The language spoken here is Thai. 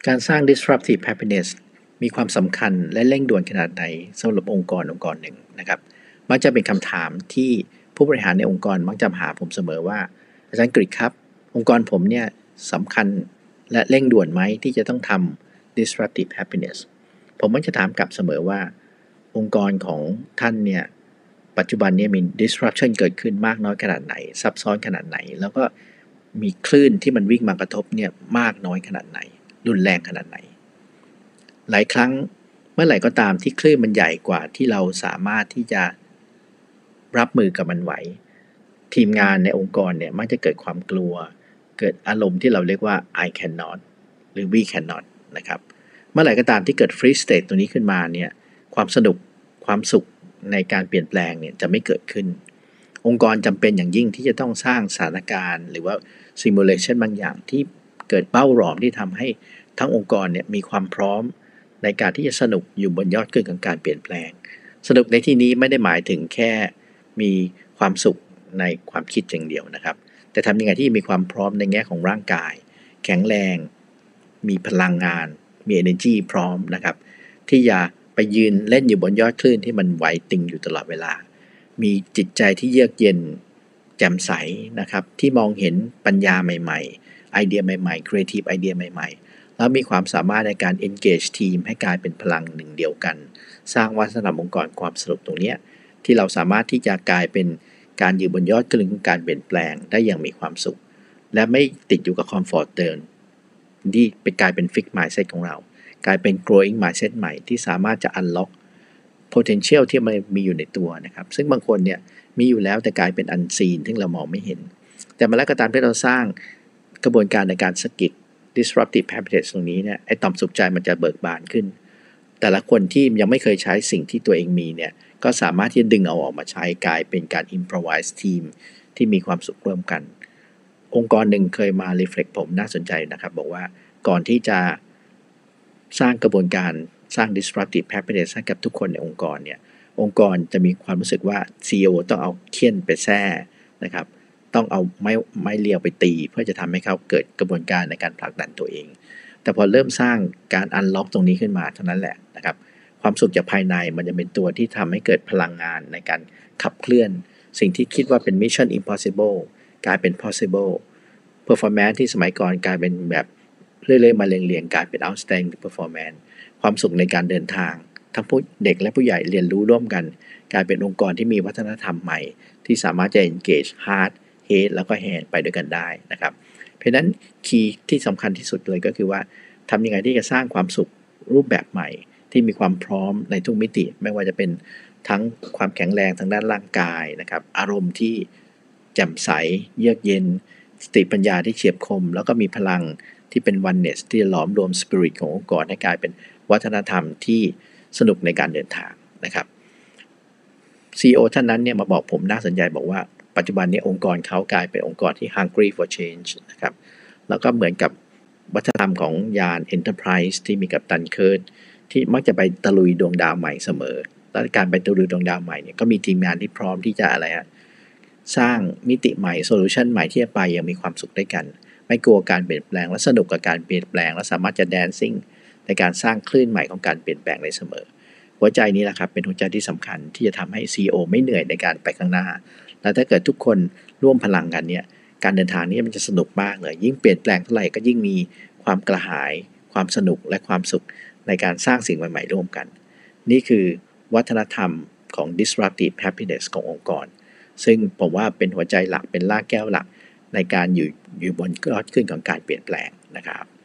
การสร้าง disruptive happiness มีความสำคัญและเร่งด่วนขนาดไหนสำหรับองค์กรหนึ่งนะครับมักจะเป็นคำถามที่ผู้บริหารในองค์กรมักจะหาผมเสมอว่าอาจารย์กฤษครับองค์กรผมเนี่ยสำคัญและเร่งด่วนไหมที่จะต้องทำ disruptive happiness ผมมักจะถามกลับเสมอว่าองค์กรของท่านเนี่ยปัจจุบันนี้มี disruption เกิดขึ้นมากน้อยขนาดไหนซับซ้อนขนาดไหนแล้วก็มีคลื่นที่มันวิ่งมากระทบเนี่ยมากน้อยขนาดไหนรุนแรงขนาดไหนหลายครั้งเมื่อไหร่ก็ตามที่คลื่นมันใหญ่กว่าที่เราสามารถที่จะรับมือกับมันไหวทีมงานในองค์กรเนี่ยมักจะเกิดความกลัวเกิดอารมณ์ที่เราเรียกว่า I cannot หรือ we cannot นะครับเมื่อไหร่ก็ตามที่เกิด free state ตัวนี้ขึ้นมาเนี่ยความสนุกความสุขในการเปลี่ยนแปลงเนี่ยจะไม่เกิดขึ้นองค์กรจำเป็นอย่างยิ่งที่จะต้องสร้างสถานการณ์หรือว่า simulation บางอย่างที่เกิดเป้าหลอมที่ทำให้ทั้งองค์กรเนี่ยมีความพร้อมในการที่จะสนุกอยู่บนยอดขึ้นของการเปลี่ยนแปลงสนุกในที่นี้ไม่ได้หมายถึงแค่มีความสุขในความคิดอย่างเดียวนะครับแต่ทำยังไงที่มีความพร้อมในแง่ของร่างกายแข็งแรงมีพลังงานมี energy พร้อมนะครับที่จะไปยืนเล่นอยู่บนยอดคลื่นที่มันไหวติงอยู่ตลอดเวลามีจิตใจที่เยือกเย็นแจ่มใสนะครับที่มองเห็นปัญญาใหม่ๆไอเดียใหม่ๆ creative ไอเดียใหม่ๆแล้วมีความสามารถในการ engage ทีมให้กลายเป็นพลังหนึ่งเดียวกันสร้างวัฒนธรรมองค์กรความสนุกตรงนี้ที่เราสามารถที่จะกลายเป็นการอยู่บนยอดคลื่นของการเปลี่ยนแปลงได้อย่างมีความสุขและไม่ติดอยู่กับคอมฟอร์ตเดิมที่เป็นกลายเป็น fixed mindset ของเรากลายเป็น growing mindset ใหม่ที่สามารถจะ unlock potential ที่มันมีอยู่ในตัวนะครับซึ่งบางคนเนี่ยมีอยู่แล้วแต่กลายเป็น unseen ที่เรามองไม่เห็นแต่เมื่อไรก็ตามที่เราสร้างกระบวนการในการสกิด disruptive happiness ตรงนี้เนี่ยไอ้ต่อมสุขใจมันจะเบิกบานขึ้นแต่ละคนที่ยังไม่เคยใช้สิ่งที่ตัวเองมีเนี่ยก็สามารถที่จะดึงเอาออกมาใช้กลายเป็นการ improvise team ที่มีความสุขร่วมกันองค์กรหนึ่งเคยมา reflect ผมน่าสนใจนะครับบอกว่าก่อนที่จะสร้างกระบวนการสร้าง disruptive happiness ให้กับทุกคนในองค์กรเนี่ยองค์กรจะมีความรู้สึกว่า CEO ต้องเอาเขี้ยนไปแซ่นะครับต้องเอาไม้เรียวไปตีเพื่อจะทำให้เขาเกิดกระบวนการในการผลักดันตัวเองแต่พอเริ่มสร้างการ unlock ตรงนี้ขึ้นมาเท่านั้นแหละนะครับความสุขจากภายในมันจะเป็นตัวที่ทำให้เกิดพลังงานในการขับเคลื่อนสิ่งที่คิดว่าเป็น mission impossible กลายเป็น possible performance ที่สมัยก่อนกลายเป็นแบบเรื่อยๆมาเรียงๆกลายเป็น outstanding performance ความสุขในการเดินทางทั้งผู้เด็กและผู้ใหญ่เรียนรู้ร่วมกันกลายเป็นองค์กรที่มีวัฒนธรรมใหม่ที่สามารถจะ engage heart head แล้วก็ hand ไปด้วยกันได้นะครับเพราะนั้นคีย์ที่สำคัญที่สุดเลยก็คือว่าทำยังไงที่จะสร้างความสุขรูปแบบใหม่ที่มีความพร้อมในทุกมิติไม่ว่าจะเป็นทั้งความแข็งแรงทางด้านร่างกายนะครับอารมณ์ที่แจ่มใสเยือกเย็นสติปัญญาที่เฉียบคมแล้วก็มีพลังที่เป็น oneness ที่หลอมรวม spirit ขององค์กรให้กลายเป็นวัฒนธรรมที่สนุกในการเดินทางนะครับ CEO ท่านนั้นเนี่ยมาบอกผมน่าสนใจบอกว่าปัจจุบันนี้องค์กรเขากลายเป็นองค์กรที่ hungry for change นะครับแล้วก็เหมือนกับวัฒนธรรมของยาน Enterprise ที่มีกัปตันเคิร์ทที่มักจะไปตะลุยดวงดาวใหม่เสมอและการไปตะลุยดวงดาวใหม่เนี่ยก็มีทีมงานที่พร้อมที่จะอะไรฮะสร้างมิติใหม่โซลูชันใหม่ที่จะไปอย่างมีความสุขด้วยกันไม่กลัวการเปลี่ยนแปลงและสนุกกับการเปลี่ยนแปลงและสามารถจะ dancing ในการสร้างคลื่นใหม่ของการเปลี่ยนแปลงได้เสมอหัวใจนี้แหละครับเป็นหัวใจที่สำคัญที่จะทำให้ CEO ไม่เหนื่อยในการไปข้างหน้าและถ้าเกิดทุกคนร่วมพลังกันเนี่ยการเดินทางนี้มันจะสนุกมากเลยยิ่งเปลี่ยนแปลงเท่าไหร่ก็ยิ่งมีความกระหายความสนุกและความสุขในการสร้างสิ่งใหม่ๆร่วมกันนี่คือวัฒนธรรมของ disruptive happiness ขององค์กรซึ่งผมว่าเป็นหัวใจหลักเป็นรากแก้วหลักในการอยู่บนยอดขึ้นของการเปลี่ยนแปลงนะครับ